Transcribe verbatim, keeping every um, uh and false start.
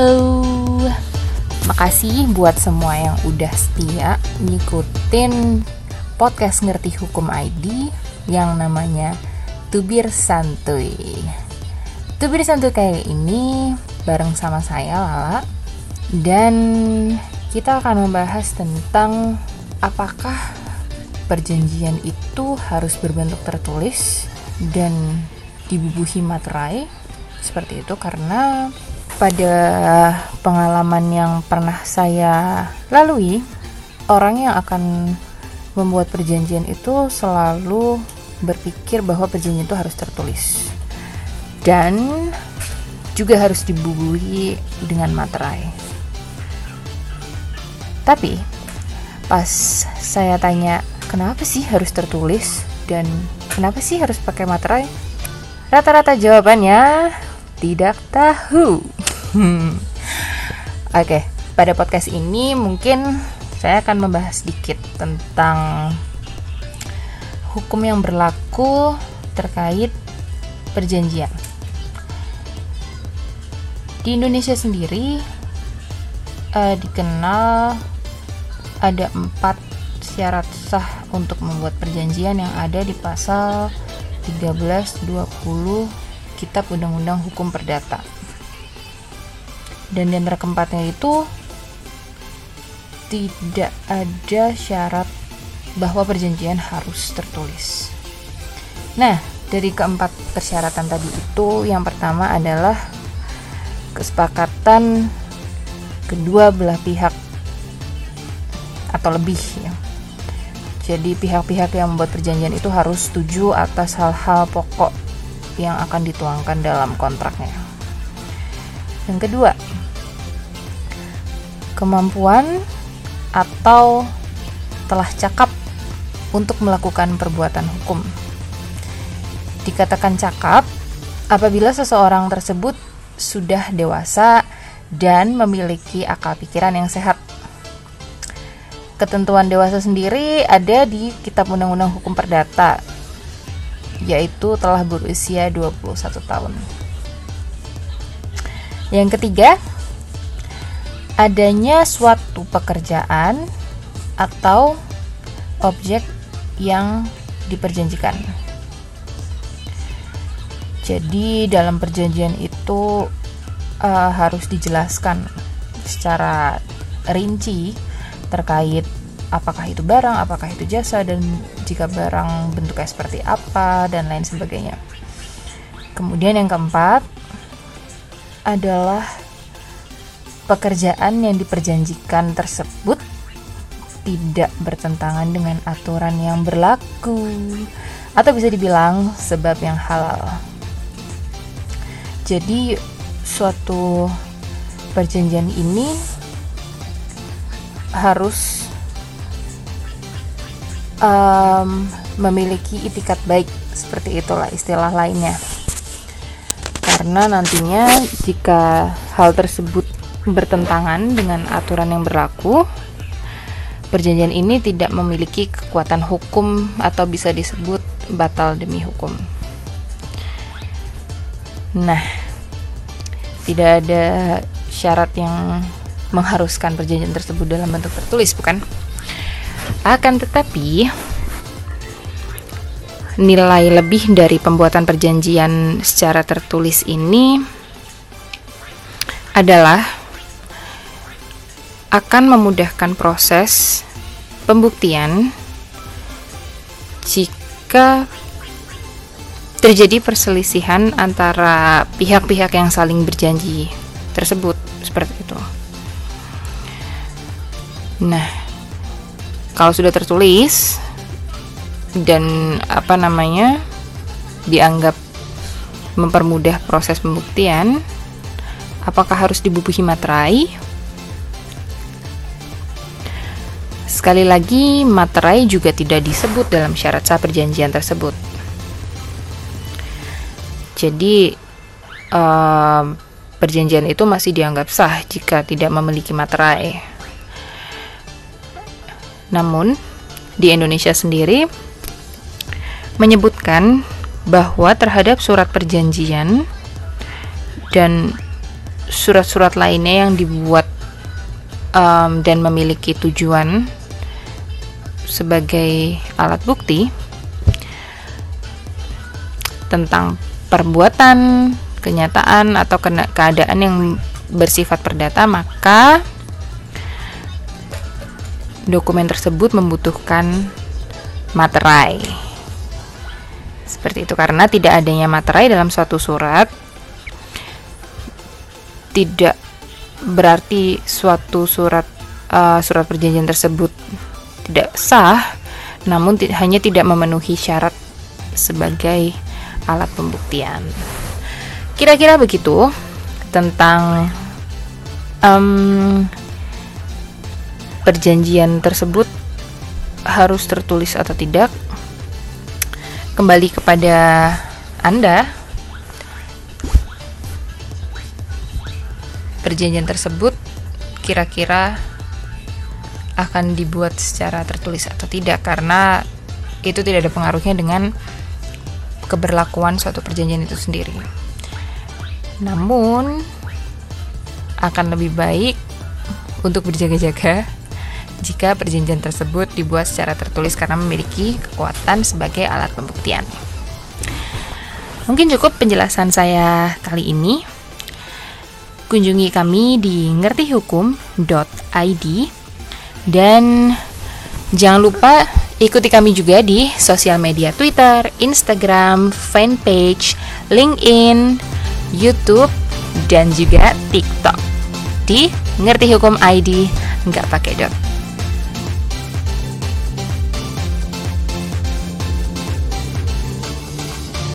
Halo, makasih buat semua yang udah setia ngikutin podcast Ngerti Hukum I D yang namanya Tubir Santuy. Tubir Santuy kayak ini bareng sama saya Lala, dan kita akan membahas tentang apakah perjanjian itu harus berbentuk tertulis dan dibubuhi materai seperti itu, karena pada pengalaman yang pernah saya lalui, orang yang akan membuat perjanjian itu selalu berpikir bahwa perjanjian itu harus tertulis dan juga harus dibubuhi dengan materai. Tapi pas saya tanya kenapa sih harus tertulis dan kenapa sih harus pakai materai, rata-rata jawabannya tidak tahu. Hmm. Oke, okay, pada podcast ini mungkin saya akan membahas sedikit tentang hukum yang berlaku terkait perjanjian. Di Indonesia sendiri uh, dikenal ada empat syarat sah untuk membuat perjanjian yang ada di pasal tiga belas dua puluh Kitab Undang-Undang Hukum Perdata. Dan di antara keempatnya itu tidak ada syarat bahwa perjanjian harus tertulis. Nah, dari keempat persyaratan tadi itu, yang pertama adalah kesepakatan kedua belah pihak atau lebih ya. Jadi pihak-pihak yang membuat perjanjian itu harus setuju atas hal-hal pokok yang akan dituangkan dalam kontraknya. Yang kedua, kemampuan atau telah cakap untuk melakukan perbuatan hukum. Dikatakan cakap apabila seseorang tersebut sudah dewasa dan memiliki akal pikiran yang sehat. Ketentuan dewasa sendiri ada di Kitab Undang-Undang Hukum Perdata, yaitu telah berusia dua puluh satu tahun. Yang ketiga, adanya suatu pekerjaan atau objek yang diperjanjikan. Jadi dalam perjanjian itu uh, harus dijelaskan secara rinci terkait apakah itu barang, apakah itu jasa, dan jika barang bentuknya seperti apa, dan lain sebagainya. Kemudian yang keempat adalah pekerjaan yang diperjanjikan tersebut tidak bertentangan dengan aturan yang berlaku, atau bisa dibilang sebab yang halal. Jadi suatu perjanjian ini harus um, memiliki itikat baik, seperti itulah istilah lainnya. Karena nantinya jika hal tersebut bertentangan dengan aturan yang berlaku, perjanjian ini tidak memiliki kekuatan hukum atau bisa disebut batal demi hukum. Nah, tidak ada syarat yang mengharuskan perjanjian tersebut dalam bentuk tertulis, bukan? Akan tetapi, nilai lebih dari pembuatan perjanjian secara tertulis ini adalah akan memudahkan proses pembuktian jika terjadi perselisihan antara pihak-pihak yang saling berjanji tersebut, seperti itu. Nah, kalau sudah tertulis dan apa namanya dianggap mempermudah proses pembuktian, apakah harus dibubuhi materai? Sekali lagi, materai juga tidak disebut dalam syarat sah perjanjian tersebut. Jadi uh, perjanjian itu masih dianggap sah jika tidak memiliki materai. Namun di Indonesia sendiri menyebutkan bahwa terhadap surat perjanjian dan surat-surat lainnya yang dibuat um, dan memiliki tujuan sebagai alat bukti tentang perbuatan, kenyataan, atau keadaan yang bersifat perdata, maka dokumen tersebut membutuhkan materai. Seperti itu. Karena tidak adanya materai dalam suatu surat tidak berarti suatu surat uh, surat perjanjian tersebut tidak sah, namun t- hanya tidak memenuhi syarat sebagai alat pembuktian. Kira-kira begitu tentang um, perjanjian tersebut harus tertulis atau tidak. Kembali kepada Anda, perjanjian tersebut kira-kira akan dibuat secara tertulis atau tidak, karena itu tidak ada pengaruhnya dengan keberlakuan suatu perjanjian itu sendiri. Namun akan lebih baik untuk berjaga-jaga jika perjanjian tersebut dibuat secara tertulis karena memiliki kekuatan sebagai alat pembuktian. Mungkin cukup penjelasan saya kali ini. Kunjungi kami di ngerti hukum dot i d dan jangan lupa ikuti kami juga di sosial media Twitter, Instagram, fanpage, LinkedIn, YouTube, dan juga TikTok di ngerti hukum I D nggak pakai dot.